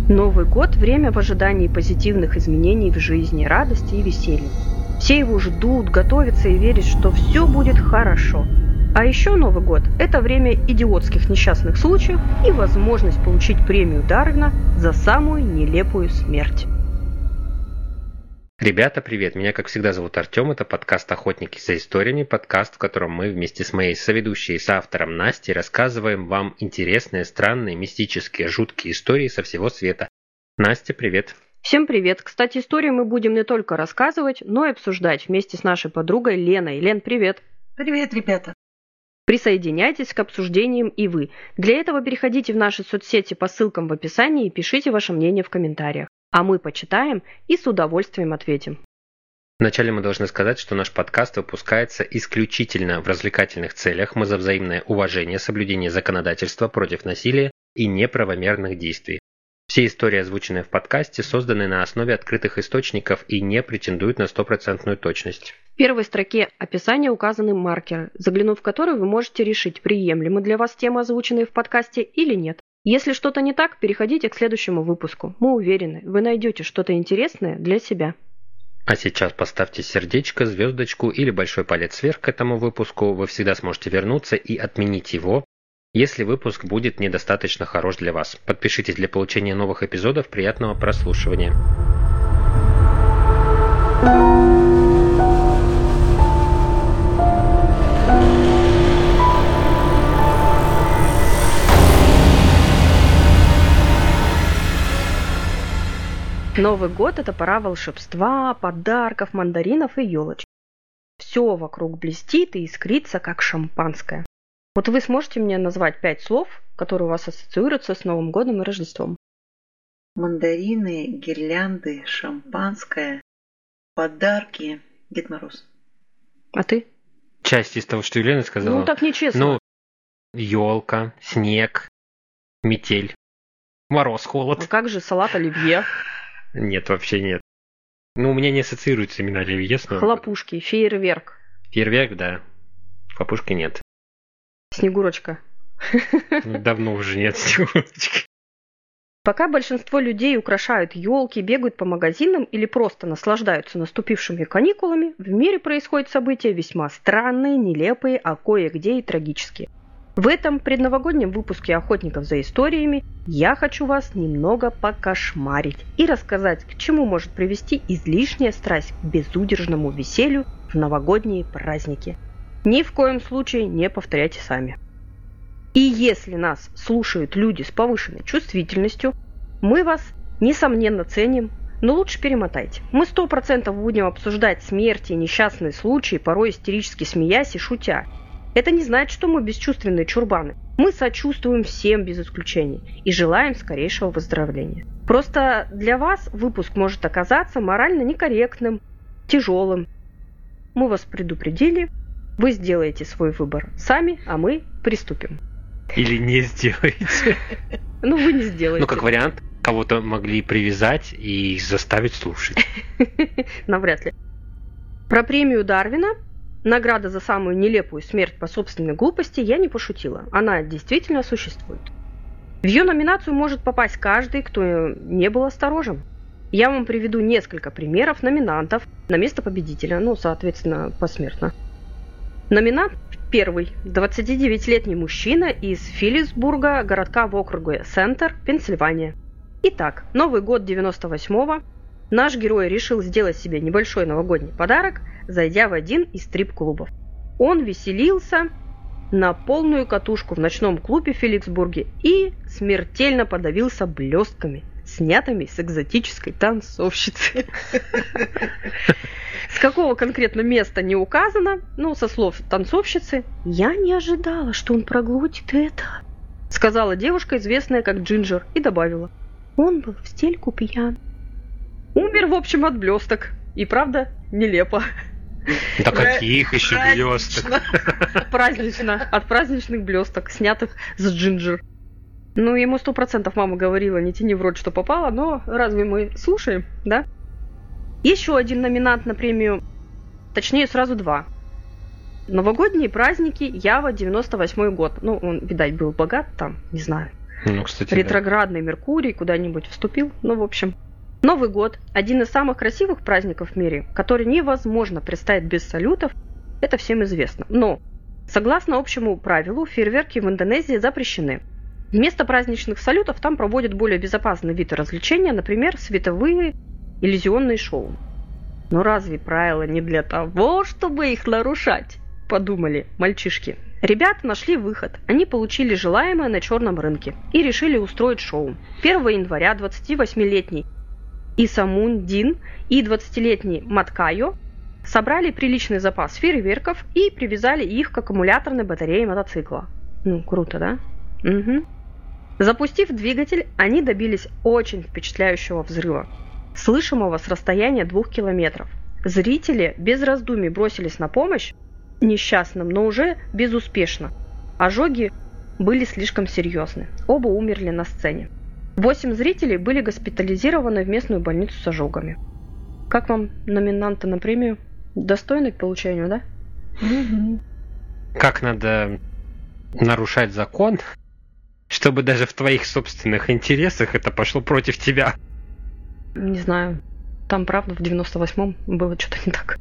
Новый год – время в ожидании позитивных изменений в жизни, радости и веселья. Все его ждут, готовятся и верят, что все будет хорошо. А еще Новый год – это время идиотских несчастных случаев и возможность получить премию Дарвина за самую нелепую смерть. Ребята, привет! Меня, как всегда, зовут Артем. Это подкаст «Охотники за историями», подкаст, в котором мы вместе с моей соведущей и соавтором Настей рассказываем вам интересные, странные, мистические, жуткие истории со всего света. Настя, привет! Всем привет! Кстати, истории мы будем не только рассказывать, но и обсуждать вместе с нашей подругой Леной. Лен, привет! Привет, ребята! Присоединяйтесь к обсуждениям и вы. Для этого переходите в наши соцсети по ссылкам в описании и пишите ваше мнение в комментариях. А мы почитаем и с удовольствием ответим. Вначале мы должны сказать, что наш подкаст выпускается исключительно в развлекательных целях. Мы за взаимное уважение, соблюдение законодательства против насилия и неправомерных действий. Все истории, озвученные в подкасте, созданы на основе открытых источников и не претендуют на 100% точность. В первой строке описания указаны маркеры, заглянув в которые вы можете решить, приемлемы для вас темы, озвученные в подкасте, или нет. Если что-то не так, переходите к следующему выпуску. Мы уверены, вы найдете что-то интересное для себя. А сейчас поставьте сердечко, звездочку или большой палец вверх к этому выпуску. Вы всегда сможете вернуться и отменить его, если выпуск будет недостаточно хорош для вас. Подпишитесь для получения новых эпизодов. Приятного прослушивания. Новый год – это пора волшебства, подарков, мандаринов и елочек. Все вокруг блестит и искрится, как шампанское. Вот вы сможете мне назвать 5 слов, которые у вас ассоциируются с Новым годом и Рождеством? Мандарины, гирлянды, шампанское, подарки, Дед Мороз. А ты? Часть из того, что Елена сказала. Ну, так нечестно. Елка, снег, метель, мороз, холод. А как же салат оливье? Нет, вообще нет. У меня не ассоциируется именно оливье с Новым годом. Хлопушки, фейерверк. Фейерверк, да. Хлопушки нет. Снегурочка. Давно уже нет снегурочки. Пока большинство людей украшают елки, бегают по магазинам или просто наслаждаются наступившими каникулами, в мире происходят события весьма странные, нелепые, а кое-где и трагические. В этом предновогоднем выпуске «Охотников за историями» я хочу вас немного покошмарить и рассказать, к чему может привести излишняя страсть к безудержному веселью в новогодние праздники. Ни в коем случае не повторяйте сами. И если нас слушают люди с повышенной чувствительностью, мы вас, несомненно, ценим, но лучше перемотайте. Мы 100% будем обсуждать смерти и несчастные случаи, порой истерически смеясь и шутя. Это не значит, что мы бесчувственные чурбаны. Мы сочувствуем всем без исключения и желаем скорейшего выздоровления. Просто для вас выпуск может оказаться морально некорректным, тяжелым. Мы вас предупредили, вы сделаете свой выбор сами, а мы приступим. Или не сделаете. Вы не сделаете. Как вариант, кого-то могли привязать и заставить слушать. Навряд ли. Про премию Дарвина, награда за самую нелепую смерть по собственной глупости, я не пошутила. Она действительно существует. В ее номинацию может попасть каждый, кто не был осторожен. Я вам приведу несколько примеров номинантов на место победителя, соответственно, посмертно. Номинант первый – 29-летний мужчина из Филлипсбурга, городка в округе Сентер, Пенсильвания. Итак, Новый год 98-го. Наш герой решил сделать себе небольшой новогодний подарок, зайдя в один из стрип-клубов. Он веселился на полную катушку в ночном клубе в Филлипсбурге и смертельно подавился блестками, снятыми с экзотической танцовщицы. С какого конкретно места не указано, со слов танцовщицы, «Я не ожидала, что он проглотит это», сказала девушка, известная как Джинджер, и добавила, «Он был в стельку пьян». Умер, в общем, от блесток. И правда, нелепо. Да каких еще блесток? Празднично. От праздничных блесток, снятых с Джинджер. Ему 100% мама говорила, не тяни в рот, что попало, но разве мы слушаем, да? Еще один номинант на премию, точнее сразу два. Новогодние праздники Ява 98 год. Он, видать, был богат там, не знаю. Ну, кстати, Ретроградный Меркурий куда-нибудь вступил. Ну, в общем. Новый год – один из самых красивых праздников в мире, который невозможно представить без салютов. Это всем известно. Но, согласно общему правилу, фейерверки в Индонезии запрещены. Вместо праздничных салютов там проводят более безопасные виды развлечения, например, световые иллюзионные шоу. Но разве правила не для того, чтобы их нарушать? Подумали мальчишки. Ребята нашли выход. Они получили желаемое на черном рынке и решили устроить шоу. 1 января 28-летний Исамун Дин и 20-летний Маткайо собрали приличный запас фейерверков и привязали их к аккумуляторной батарее мотоцикла. Ну, круто, да? Угу. Запустив двигатель, они добились очень впечатляющего взрыва, слышимого с расстояния 2 километров. Зрители без раздумий бросились на помощь несчастным, но уже безуспешно. Ожоги были слишком серьезны. Оба умерли на сцене. 8 зрителей были госпитализированы в местную больницу с ожогами. Как вам номинанты на премию? Достойны к получению, да? Угу. Как надо нарушать закон, чтобы даже в твоих собственных интересах это пошло против тебя? Не знаю. Там, правда, в 98-м было что-то не так.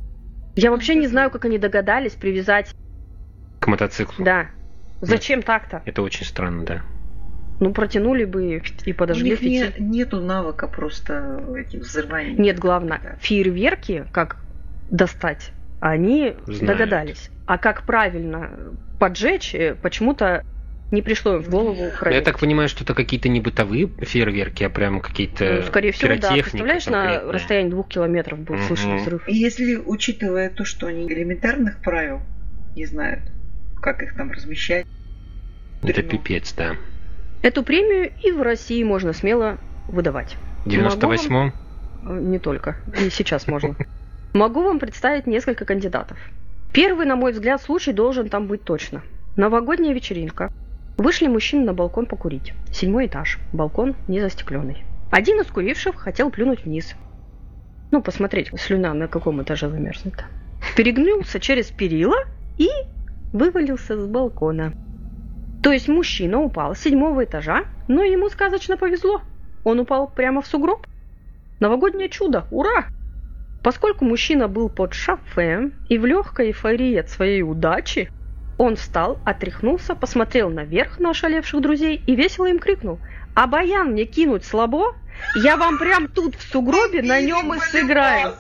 Я вообще не знаю, как они догадались привязать... К мотоциклу? Да. Зачем так-то? Это очень странно, да. Ну, протянули бы и подожгли фитиль. Нету навыка просто этих взрываний. Нет, главное, фейерверки, как достать, они Знают. Догадались. А как правильно поджечь, почему-то не пришло им в голову проверить. Я так понимаю, что это какие-то не бытовые фейерверки, а прямо какие-то Ну, скорее всего, да. пиротехника. Представляешь, конкретная. на расстоянии 2 километров был слышен взрыв. И если, учитывая то, что они элементарных правил не знают, как их там размещать. Это пипец, да. Эту премию и в России можно смело выдавать. В 98-м? Не только. И сейчас можно. Могу вам представить несколько кандидатов. Первый, на мой взгляд, случай должен там быть точно. Новогодняя вечеринка. Вышли мужчины на балкон покурить. 7-й этаж. Балкон не застекленный. Один из куривших хотел плюнуть вниз. Ну, посмотреть, слюна на каком этаже замерзнет. Перегнулся через перила и вывалился с балкона. То есть мужчина упал с 7-го этажа, но ему сказочно повезло. Он упал прямо в сугроб. Новогоднее чудо! Ура! Поскольку мужчина был под шофе и в легкой эйфории от своей удачи, он встал, отряхнулся, посмотрел наверх на ошалевших друзей и весело им крикнул: «А баян мне кинуть слабо? Я вам прям тут в сугробе на нем и сыграю!»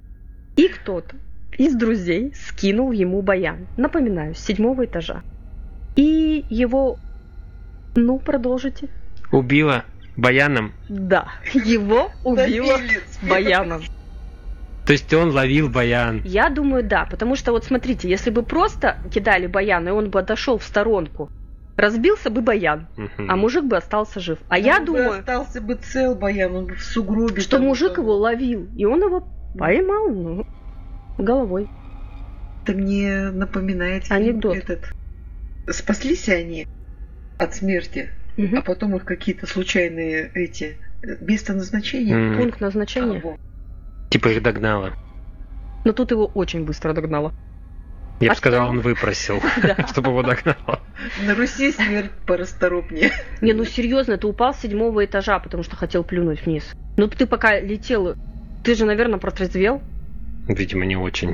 И кто-то из друзей скинул ему баян, напоминаю, с 7-го этажа. И его... Ну, продолжите. Убила баяном? Да, его убило баяном. То есть он ловил баян? Я думаю, да, потому что вот смотрите, если бы просто кидали баян, и он бы отошел в сторонку, разбился бы баян, а мужик бы остался жив. А я думаю... остался бы цел баян, он бы в сугробе. Что мужик его ловил, и он его поймал головой. Это мне напоминает анекдот. Этот... Спаслись они от смерти, а потом их какие-то случайные эти... Место назначения? Пункт назначения. Типа их догнала. Но тут его очень быстро догнала. Я бы сказал, он выпросил, чтобы его догнала. На Руси смерть порасторопнее. Не, ну серьезно, ты упал с 7-го этажа, потому что хотел плюнуть вниз. Ну ты пока летел, ты же, наверное, протрезвел. Видимо, не очень.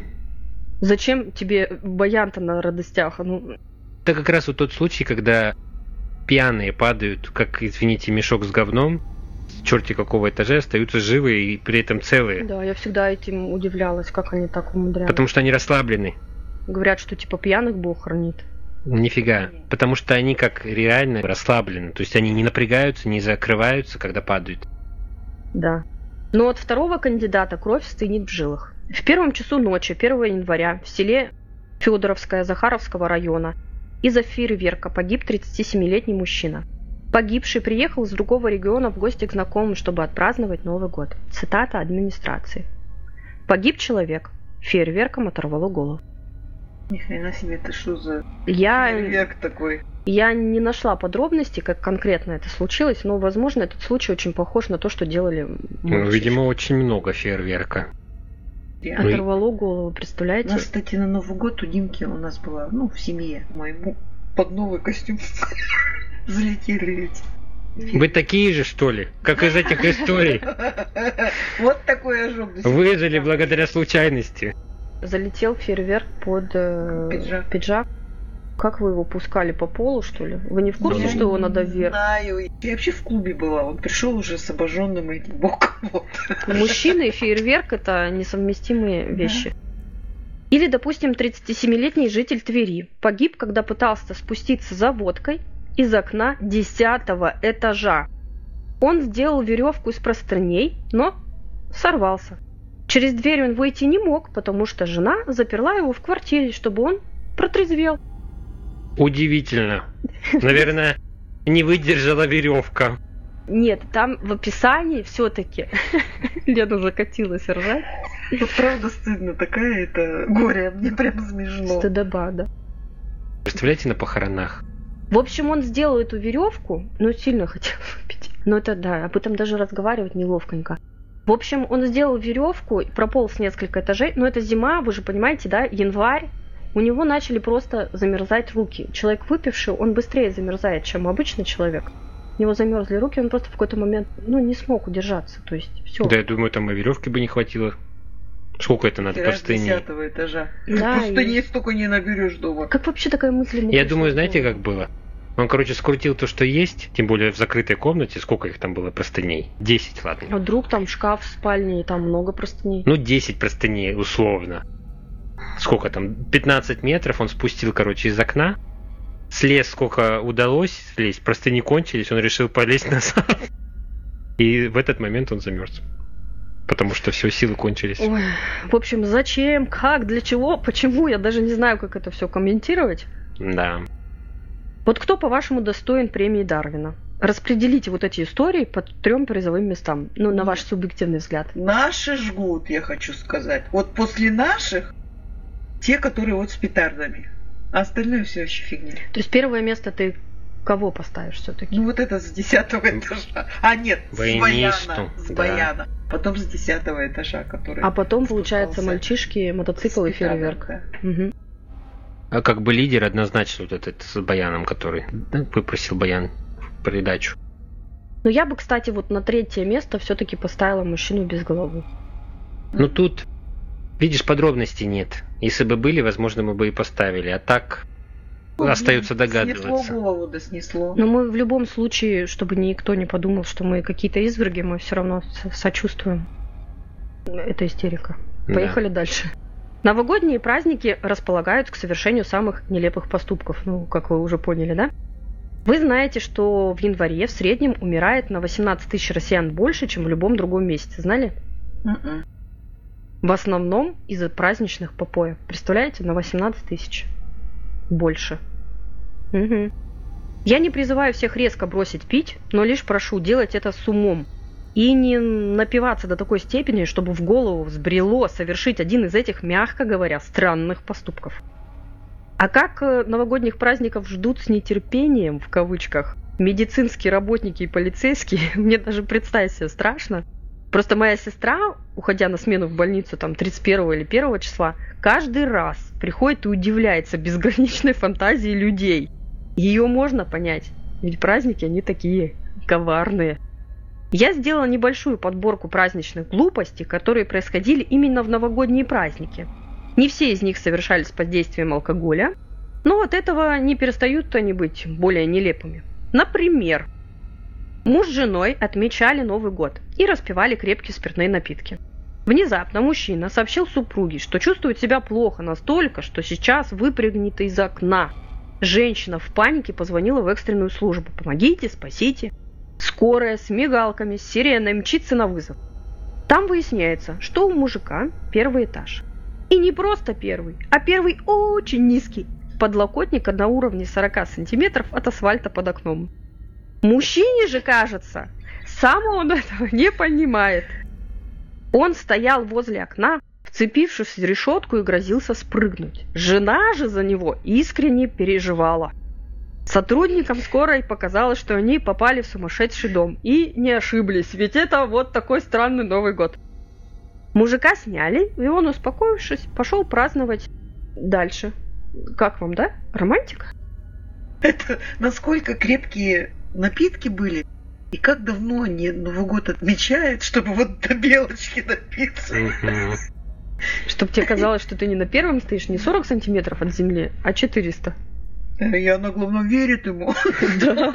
Зачем тебе баян-то на радостях? Ну... Это как раз вот тот случай, когда пьяные падают, как, извините, мешок с говном, черти какого этажа, остаются живые и при этом целые. Да, я всегда этим удивлялась, как они так умудряются. Потому что они расслаблены. Говорят, что типа пьяных Бог хранит. Нифига. Потому что они как реально расслаблены. То есть они не напрягаются, не закрываются, когда падают. Да. Но от второго кандидата кровь стынет в жилах. В первом часу ночи, 1 января, в селе Федоровское Захаровского района из-за фейерверка погиб 37-летний мужчина. Погибший приехал из другого региона в гости к знакомым, чтобы отпраздновать Новый год. Цитата администрации. Погиб человек. Фейерверком оторвало голову. Ни хрена себе, это что за фейерверк такой? Я не нашла подробностей, как конкретно это случилось, но, возможно, этот случай очень похож на то, что делали ну, видимо, очень много фейерверка. Оторвало голову, представляете? У нас, кстати, на Новый год у Димки у нас была, в семье, моему под новый костюм. залетели эти. Вы такие же, что ли? Как из этих историй? Вот такой ожог. Выжили благодаря случайности. Залетел фейерверк под пиджак. Как вы его пускали по полу, что ли? Вы не в курсе, что его надо вверх? Знаю. Я вообще в клубе была. Он пришел уже с обожженным этим боком. Вот. Мужчина и фейерверк – это несовместимые вещи. Или, допустим, 37-летний житель Твери погиб, когда пытался спуститься за водкой из окна 10-го этажа. Он сделал веревку из простыней, но сорвался. Через дверь он выйти не мог, потому что жена заперла его в квартире, чтобы он протрезвел. Удивительно. Наверное, не выдержала веревка. Нет, там в описании все-таки Лена закатилась ржать. Это правда стыдно, такая это горе, мне прям смешно. Стыдоба, да. Представляете, на похоронах? В общем, он сделал эту веревку, но сильно хотел выпить. Но это да, об этом даже разговаривать неловконько. В общем, он сделал веревку, прополз несколько этажей, но это зима, вы же понимаете, да, январь. У него начали просто замерзать руки. Человек выпивший, он быстрее замерзает, чем обычный человек. У него замерзли руки, он просто в какой-то момент, не смог удержаться. То есть все. Да, я думаю, там и веревки бы не хватило. Сколько это надо простыней? 10-го этажа. Да, Простыней столько не наберешь дома. Как вообще такая мысль? Я думаю, знаете, как было? Он, скрутил то, что есть, тем более в закрытой комнате. Сколько их там было простыней? 10, ладно. А вдруг там шкаф в спальне, и там много простыней? 10 простыней, условно. Сколько там? 15 метров он спустил, из окна. Слез, сколько удалось слезть. Простыни кончились, он решил полезть назад. И в этот момент он замерз. Потому что все, силы кончились. Ой, в общем, зачем, как, для чего, почему? Я даже не знаю, как это все комментировать. Да. Вот кто, по-вашему, достоин премии Дарвина? Распределите вот эти истории по 3 призовым местам. На ваш субъективный взгляд. Наши жгут, я хочу сказать. Вот после наших, те, которые вот с петардами. А остальное все вообще фигня. То есть первое место ты кого поставишь все-таки? Вот это с 10-го этажа. А нет, баянисту, с баяна. Потом с 10-го этажа, который... А потом, получается, мальчишки, мотоцикл и фейерверк. Да. Угу. А как бы лидер однозначно вот этот с баяном, который выпросил баян в придачу. Я бы, кстати, вот на 3-е место все-таки поставила мужчину без головы. Тут, видишь, подробностей нет. Если бы были, возможно, мы бы и поставили. А так остается догадываться. Снесло голову, да снесло. Но мы в любом случае, чтобы никто не подумал, что мы какие-то изверги, мы все равно сочувствуем. Это истерика. Поехали дальше. Новогодние праздники располагают к совершению самых нелепых поступков. Как вы уже поняли, да? Вы знаете, что в январе в среднем умирает на 18 тысяч россиян больше, чем в любом другом месяце. Знали? В основном из-за праздничных попоев. Представляете, на 18 тысяч больше. Угу. Я не призываю всех резко бросить пить, но лишь прошу делать это с умом. И не напиваться до такой степени, чтобы в голову взбрело совершить один из этих, мягко говоря, странных поступков. А как новогодних праздников ждут с нетерпением, в кавычках, медицинские работники и полицейские, мне даже представить себе страшно. Просто моя сестра, уходя на смену в больницу 31 или 1 числа, каждый раз приходит и удивляется безграничной фантазии людей. Ее можно понять, ведь праздники, они такие коварные. Я сделала небольшую подборку праздничных глупостей, которые происходили именно в новогодние праздники. Не все из них совершались под действием алкоголя, но от этого не перестают они быть более нелепыми. Например, муж с женой отмечали Новый год и распивали крепкие спиртные напитки. Внезапно мужчина сообщил супруге, что чувствует себя плохо настолько, что сейчас выпрыгнет из окна. Женщина в панике позвонила в экстренную службу. «Помогите, спасите». Скорая с мигалками, с сиреной мчится на вызов. Там выясняется, что у мужика 1 этаж. И не просто первый, а первый очень низкий. Подлокотника на уровне 40 сантиметров от асфальта под окном. Мужчине же кажется, сам он этого не понимает. Он стоял возле окна, вцепившись в решетку и грозился спрыгнуть. Жена же за него искренне переживала. Сотрудникам скорой показалось, что они попали в сумасшедший дом. И не ошиблись, ведь это вот такой странный Новый год. Мужика сняли, и он, успокоившись, пошел праздновать дальше. Как вам, да? Романтика? Это насколько крепкие напитки были, и как давно они Новый год отмечают, чтобы вот до белочки напиться. Чтобы тебе казалось, что ты не на первом стоишь, не 40 сантиметров от земли, а 400. И она, главное, верит ему. Да.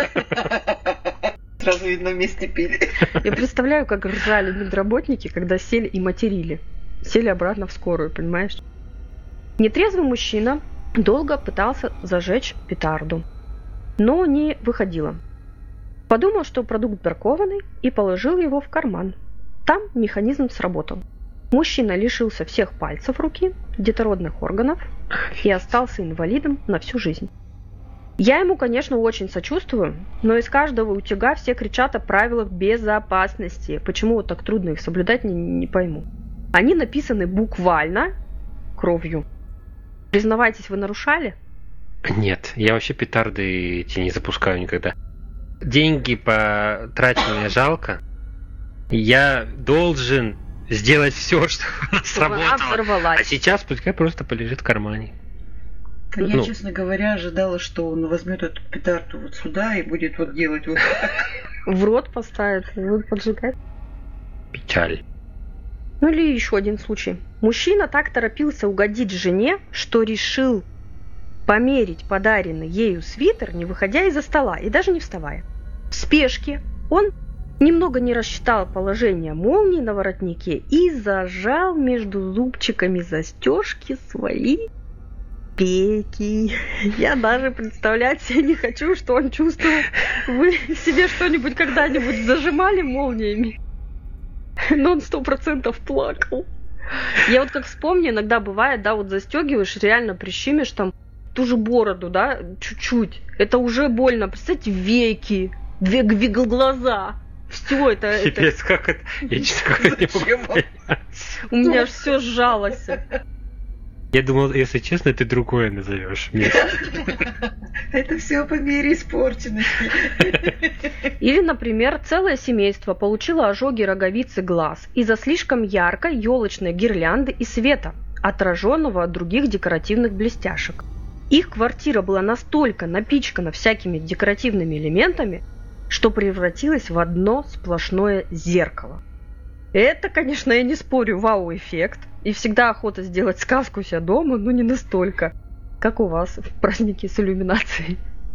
Сразу видно, вместе пили. Я представляю, как ржали медработники, когда сели и материли. Сели обратно в скорую, понимаешь? Нетрезвый мужчина долго пытался зажечь петарду, но не выходило. Подумал, что продукт бракованный, и положил его в карман. Там механизм сработал. Мужчина лишился всех пальцев руки, детородных органов и остался инвалидом на всю жизнь. Я ему, конечно, очень сочувствую, но из каждого утюга все кричат о правилах безопасности. Почему вот так трудно их соблюдать, не пойму. Они написаны буквально кровью. Признавайтесь, вы нарушали? Нет, я вообще петарды эти не запускаю никогда. Деньги потраченные жалко. Я должен сделать все, чтобы она сработала. А сейчас пускай просто полежит в кармане. Я, честно говоря, ожидала, что он возьмет эту петарду вот сюда и будет вот делать вот так. В рот поставит, будет поджигать. Печаль. Ну или еще один случай. Мужчина так торопился угодить жене, что решил померить подаренный ею свитер, не выходя из-за стола и даже не вставая. В спешке он немного не рассчитал положение молнии на воротнике и зажал между зубчиками застежки свои пеки. Я даже представлять себе не хочу, что он чувствовал. Вы себе что-нибудь когда-нибудь зажимали молниями? Но он 100% плакал. Я вот как вспомню, иногда бывает, да, вот застегиваешь, реально прищемишь там ту же бороду, да, чуть-чуть. Это уже больно. Представьте, веки, глаза. Все это... Пипец, как это? Я честно не могу понять. У меня аж все сжалось. Я думал, если честно, ты другое назовешь. Это все по мере испорченности. Или, например, целое семейство получило ожоги роговицы глаз из-за слишком яркой елочной гирлянды и света, отраженного от других декоративных блестяшек. Их квартира была настолько напичкана всякими декоративными элементами, что превратилась в одно сплошное зеркало. Это, конечно, я не спорю, вау-эффект. И всегда охота сделать сказку у себя дома, но не настолько, как у вас в празднике с иллюминацией.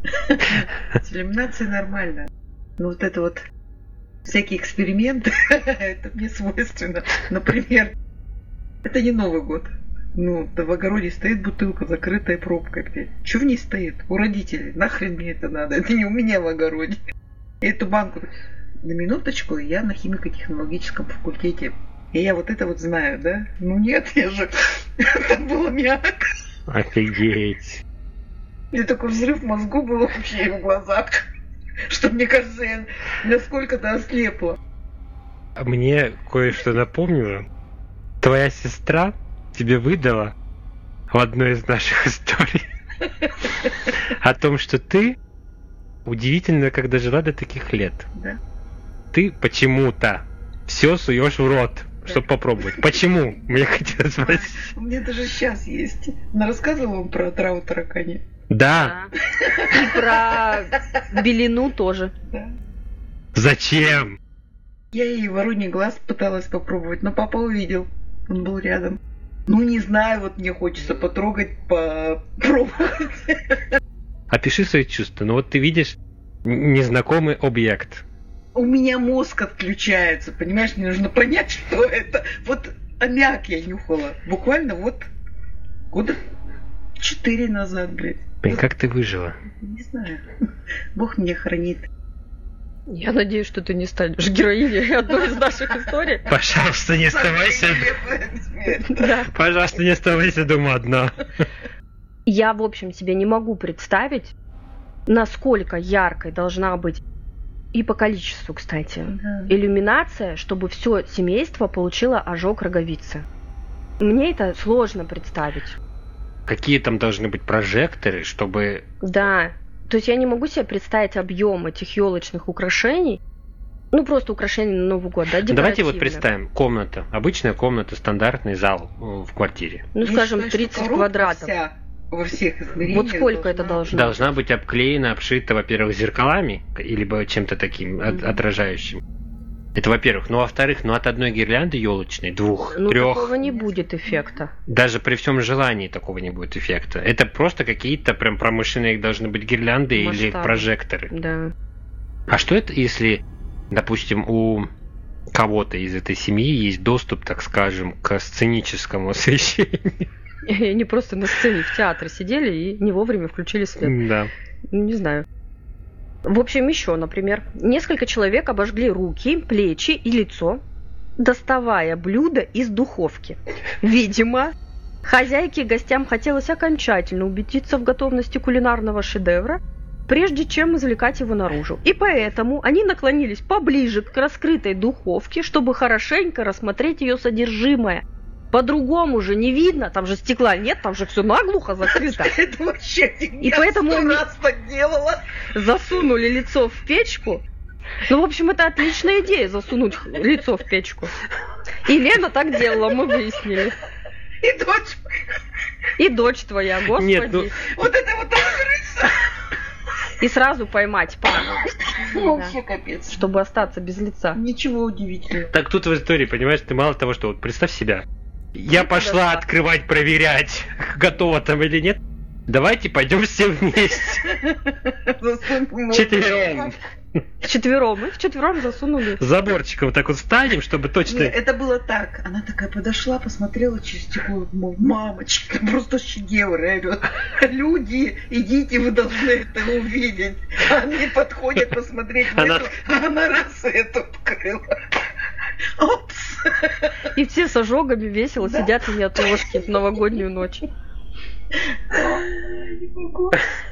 С иллюминацией нормально. Но вот это вот всякие эксперименты, это мне свойственно. Например, это не Новый год. Ну, да в огороде стоит бутылка, закрытая пробкой, блядь. Чё в ней стоит? У родителей. Нахрен мне это надо? Это не у меня в огороде. И эту банку... На минуточку, я на химико-технологическом факультете. И я вот это вот знаю, да? Ну нет, я же... Там был аммиак. Офигеть. И такой взрыв в мозгу был вообще в глазах. Что, мне кажется, я насколько-то ослепла. Мне кое-что напомнило. Твоя сестра тебе выдала в одной из наших историй о том, что ты удивительно, как дожила до таких лет. Да. Ты почему-то все суешь в рот, чтобы попробовать. Почему? Мне хотелось спросить. У меня даже сейчас есть. Она рассказывала вам про траву таракани? Да. И про белину тоже. Да. Зачем? Я ей вороньий глаз пыталась попробовать, но папа увидел. Он был рядом. Ну, не знаю, вот мне хочется потрогать, попробовать. Опиши свои чувства. Ну вот ты видишь незнакомый объект. У меня мозг отключается, понимаешь, мне нужно понять, что это. Вот аммиак я нюхала. Буквально вот года 4 назад, блядь. Блин, как ты выжила? Не знаю. Бог меня хранит. Я надеюсь, что ты не станешь героиней одной из наших историй. Пожалуйста, не оставайся. Пожалуйста, не оставайся дома одна. Я, в общем, себе не могу представить, насколько яркой должна быть, и по количеству, кстати, иллюминация, чтобы все семейство получило ожог роговицы. Мне это сложно представить. Какие там должны быть прожекторы, чтобы... Да, то есть я не могу себе представить объем этих елочных украшений. Ну, просто украшения на Новый год, да, декоративные. Давайте вот представим, комната, обычная комната, стандартный зал в квартире. Ну, скажем, 30 квадратов. Вся во всех измерениях. Вот сколько это должно? Должна быть обклеена, обшита, во-первых, зеркалами, либо чем-то таким отражающим. Это во-первых. Ну, во-вторых, от одной гирлянды елочной, 2, 3... такого не будет эффекта. Даже при всем желании такого не будет эффекта. Это просто какие-то прям промышленные должны быть гирлянды или прожекторы. Да. А что это, если, допустим, у кого-то из этой семьи есть доступ, так скажем, к сценическому освещению? И они просто на сцене в театре сидели и не вовремя включили свет. Да. Не знаю. В общем, еще, например, несколько человек обожгли руки, плечи и лицо, доставая блюдо из духовки. Видимо, хозяйке и гостям хотелось окончательно убедиться в готовности кулинарного шедевра, прежде чем извлекать его наружу. И поэтому они наклонились поближе к раскрытой духовке, чтобы хорошенько рассмотреть ее содержимое. По-другому же не видно, там же стекла нет, там же все наглухо закрыто. Это вообще и поэтому я 100 раз так делала. Засунули лицо в печку. Ну, в общем, это отличная идея, засунуть лицо в печку. И Лена так делала, мы выяснили. И дочь. И дочь твоя, господи. Нет, вот это вот открыться. И сразу поймать пару. Вообще капец. Чтобы остаться без лица. Ничего удивительного. Так тут в истории, понимаешь, ты мало того, что вот представь себя. Я пошла открывать, проверять, готово там или нет. Давайте пойдем все вместе. Четвером. Вчетвером. Мы вчетвером засунули. Заборчиком так вот встанем, чтобы точно... Нет, это было так. Она такая подошла, посмотрела через стекло. Мамочка, просто шедевр. Я говорю, люди, идите, вы должны это увидеть. Они подходят посмотреть в эту, а она раз эту открыла. Опс. И все с ожогами весело сидят и едят ложки в новогоднюю ночь. Не могу.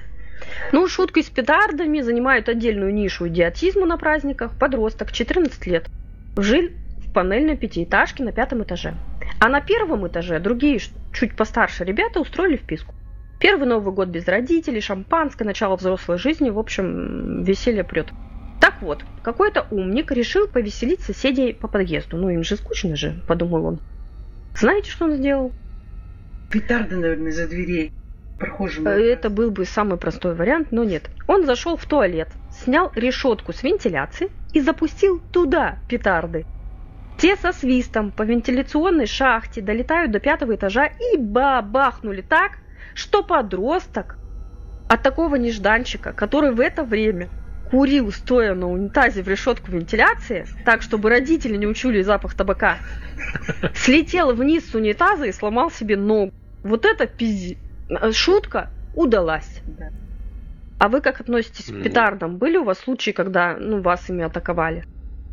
Ну, шуткой с петардами занимают отдельную нишу идиотизма на праздниках подросток, 14 лет. Жил в панельной пятиэтажке на 5-м этаже. А на 1-м этаже другие, чуть постарше ребята устроили вписку. Первый Новый год без родителей, шампанское, начало взрослой жизни, в общем, веселье прет. Так вот, какой-то умник решил повеселить соседей по подъезду. Ну, им же скучно же, подумал он. Знаете, что он сделал? Петарды, наверное, за дверей. Прохожим. Это был бы самый простой вариант, но нет. Он зашел в туалет, снял решетку с вентиляции и запустил туда петарды. Те со свистом по вентиляционной шахте долетают до 5-го этажа и бабахнули так, что подросток от такого нежданчика, который в это время курил, стоя на унитазе в решетку вентиляции, так, чтобы родители не учули запах табака, слетел вниз с унитаза и сломал себе ногу. Вот это шутка удалась. Да. А вы как относитесь к петардам? Были у вас случаи, когда вас ими атаковали?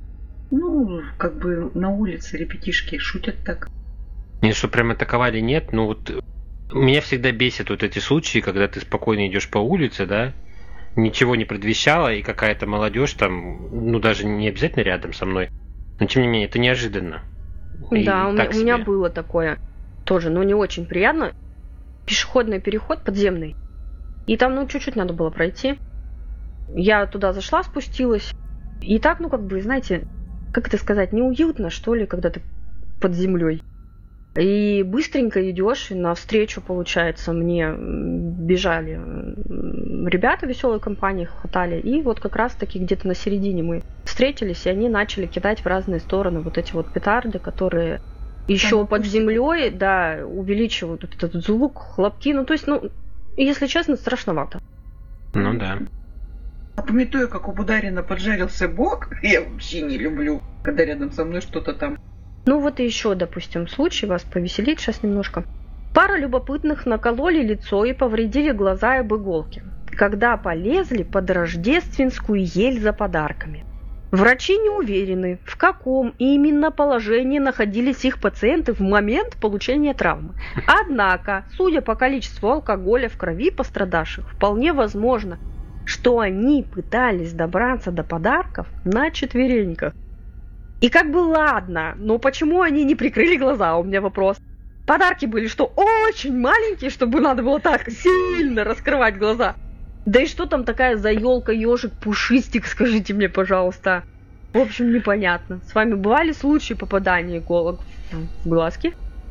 Ну, как бы на улице ребятишки шутят так. Не, что прям атаковали, нет. Ну вот меня всегда бесят вот эти случаи, когда ты спокойно идешь по улице, да, ничего не предвещало, и какая-то молодежь там, даже не обязательно рядом со мной, но тем не менее, это неожиданно. Да, у меня было такое тоже, но не очень приятно. Пешеходный переход подземный. И там, чуть-чуть надо было пройти. Я туда зашла, спустилась. И так, знаете, как это сказать, неуютно, что ли, когда ты под землей. И быстренько идешь, и навстречу, получается, мне бежали ребята веселой компании, хохотали. И вот как раз-таки где-то на середине мы встретились, и они начали кидать в разные стороны вот эти вот петарды, которые еще под землей, да, увеличивают вот этот звук, хлопки. Если честно, страшновато. Ну да. А памятуя, как у Бударина поджарился бок, я вообще не люблю, когда рядом со мной что-то там. Вот и еще, допустим, случай вас повеселить сейчас немножко. Пара любопытных накололи лицо и повредили глаза об иголки, когда полезли под рождественскую ель за подарками. Врачи не уверены, в каком именно положении находились их пациенты в момент получения травмы. Однако, судя по количеству алкоголя в крови пострадавших, вполне возможно, что они пытались добраться до подарков на четвереньках. И ладно, но почему они не прикрыли глаза, у меня вопрос. Подарки были что, очень маленькие, чтобы надо было так сильно раскрывать глаза? Да и что там такая за елка, ежик, пушистик, скажите мне, пожалуйста. В общем, непонятно. С вами бывали случаи попадания иголок в глазки?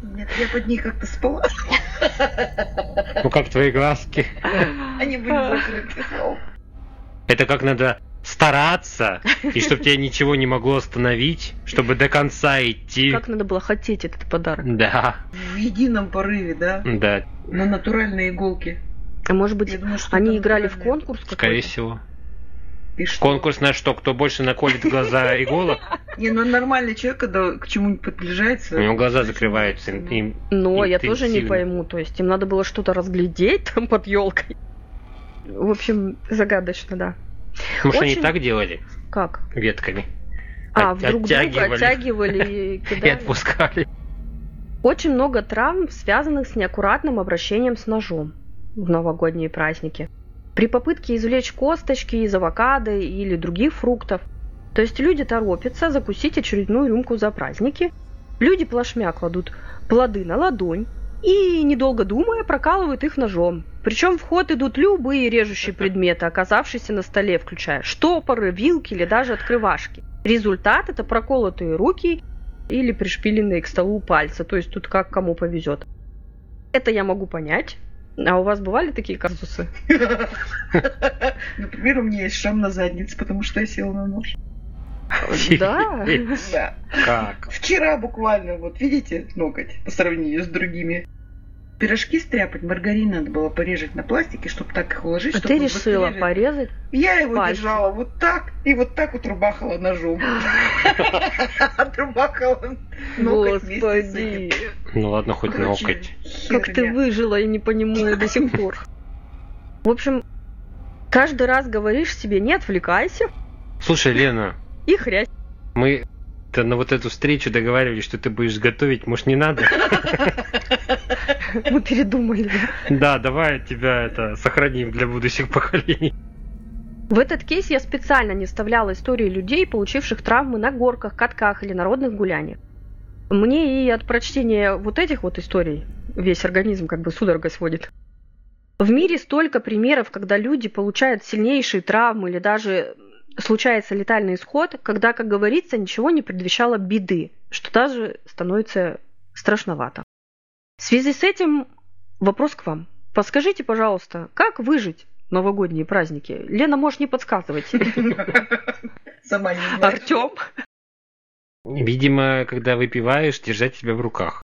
Нет, я под ней как-то спала. Ну как твои глазки? Они были закрыты. Это как надо стараться, и чтобы тебя ничего не могло остановить, чтобы до конца идти. Как надо было хотеть этот подарок. Да. В едином порыве, да? Да. На натуральные иголки. А может быть, Я думаю, что они это играли в натуральные. конкурс какой-то? Скорее всего. И что? Конкурс на что? Кто больше наколет глаза иголок? Не, ну нормальный человек, когда к чему-нибудь приближается... У него глаза закрываются. Им Но я тоже не интенсивно. пойму. То есть им надо было что-то разглядеть там под елкой. В общем, загадочно, да. Может, они Очень- так делали? Как? Ветками. Друг друга оттягивали и И кидали. отпускали. Очень много травм, связанных с неаккуратным обращением с ножом в новогодние праздники. При попытке извлечь косточки из авокадо или других фруктов. То есть люди торопятся закусить очередную рюмку за праздники. Люди плашмя кладут плоды на ладонь и, недолго думая, прокалывают их ножом. Причем в ход идут любые режущие предметы, оказавшиеся на столе, включая штопоры, вилки или даже открывашки. Результат – это проколотые руки или пришпиленные к столу пальцы. То есть тут как кому повезет. Это я могу понять. А у вас бывали такие казусы? Например, у меня есть шрам на заднице, потому что я села на нож. Да. Да. Как? Вчера буквально, вот видите, ноготь по сравнению с другими. Пирожки стряпать, маргарин надо было порезать на пластике, чтобы так их уложить, А чтобы ты он решила быстрее- порезать? Я его пальцы? держала вот так, и вот так вот рубахала ножом. Отрубахала ноготь вместе с этим. Господи, Ну ладно, хоть Короче, ноготь. как ты херня. выжила, я не понимаю до сих пор. В общем, каждый раз говоришь себе, не отвлекайся, Слушай, Лена, и хрясь. мы на вот эту встречу договаривались, что ты будешь готовить, может, не надо? Мы передумали. Да, давай тебя это сохраним для будущих поколений. В этот кейс я специально не вставляла истории людей, получивших травмы на горках, катках или народных гуляниях. Мне и от прочтения вот этих вот историй весь организм как бы судорогой сводит. В мире столько примеров, когда люди получают сильнейшие травмы или даже случается летальный исход, когда, как говорится, ничего не предвещало беды, что даже становится страшновато. В связи с этим вопрос к вам. Подскажите, пожалуйста, как выжить в новогодние праздники? Лена, можешь не подсказывать. Сама не знаю. Артем? Видимо, когда выпиваешь, держать себя в руках.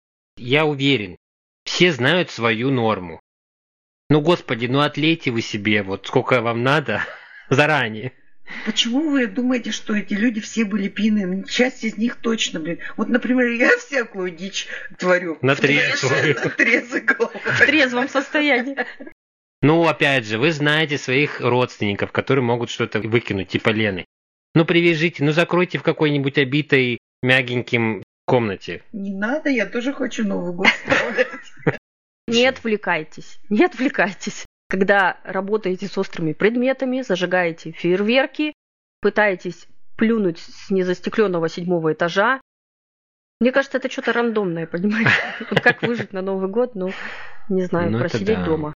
Я уверен, все знают свою норму. Ну, господи, ну отлейте вы себе, вот сколько вам надо, заранее. Почему вы думаете, что эти люди все были пьяны? Часть из них точно, блин. Вот, например, я всякую дичь творю. На трезвую. На трезвой головой. В трезвом состоянии. Ну, опять же, вы знаете своих родственников, которые могут что-то выкинуть, типа Лены. Ну, привяжите, ну, закройте в какой-нибудь обитой мягеньким комнате. Не надо, я тоже хочу Новый год справлять. Не отвлекайтесь, не отвлекайтесь. Когда работаете с острыми предметами, зажигаете фейерверки, пытаетесь плюнуть с незастекленного 7-го этажа. Мне кажется, это что-то рандомное, понимаете? Вот как выжить на Новый год, ну, не знаю, Ну, это просидеть да. дома.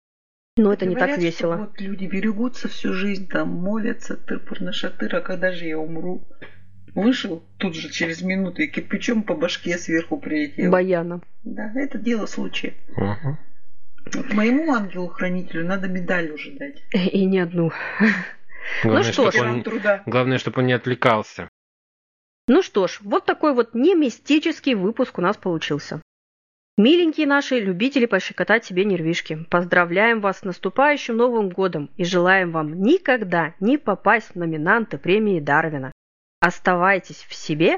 Но это не так Говорят, что весело. вот люди берегутся всю жизнь, там молятся, тырпур на шатыр, а когда же я умру? Вышел тут же через минуту и кирпичом по башке сверху прилетел. Баяна. Да, это дело случая. Угу. Вот моему ангелу-хранителю надо медаль уже дать. И не одну. Главное, что ж. чтоб он... Труда. Главное, чтобы он не отвлекался. Ну что ж, вот такой вот не мистический выпуск у нас получился. Миленькие наши любители пощекотать себе нервишки, поздравляем вас с наступающим Новым годом и желаем вам никогда не попасть в номинанты премии Дарвина. Оставайтесь в себе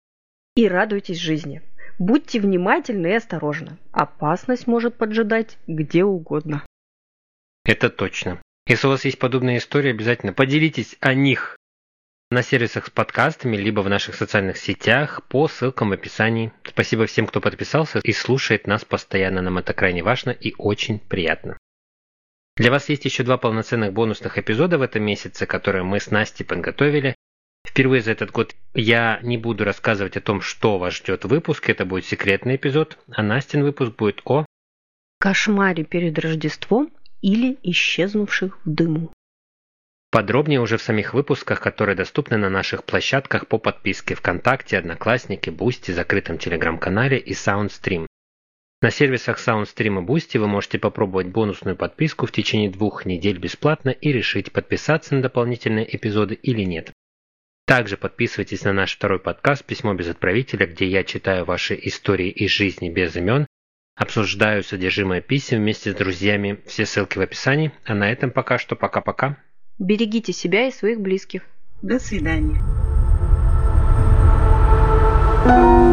и радуйтесь жизни. Будьте внимательны и осторожны. Опасность может поджидать где угодно. Это точно. Если у вас есть подобные истории, обязательно поделитесь о них на сервисах с подкастами, либо в наших социальных сетях по ссылкам в описании. Спасибо всем, кто подписался и слушает нас постоянно. Нам это крайне важно и очень приятно. Для вас есть еще 2 полноценных бонусных эпизода в этом месяце, которые мы с Настей подготовили. Впервые за этот год я не буду рассказывать о том, что вас ждет в выпуске. Это будет секретный эпизод, а Настин выпуск будет о Кошмаре перед Рождеством или исчезнувших в дыму. Подробнее уже в самих выпусках, которые доступны на наших площадках по подписке ВКонтакте, Одноклассники, Boosty, закрытом Телеграм-канале и SoundStream. На сервисах SoundStream и Boosty вы можете попробовать бонусную подписку в течение 2 недель бесплатно и решить, подписаться на дополнительные эпизоды или нет. Также подписывайтесь на наш второй подкаст «Письмо без отправителя», где я читаю ваши истории из жизни без имен, обсуждаю содержимое писем вместе с друзьями. Все ссылки в описании. А на этом пока что пока-пока. Берегите себя и своих близких. До свидания.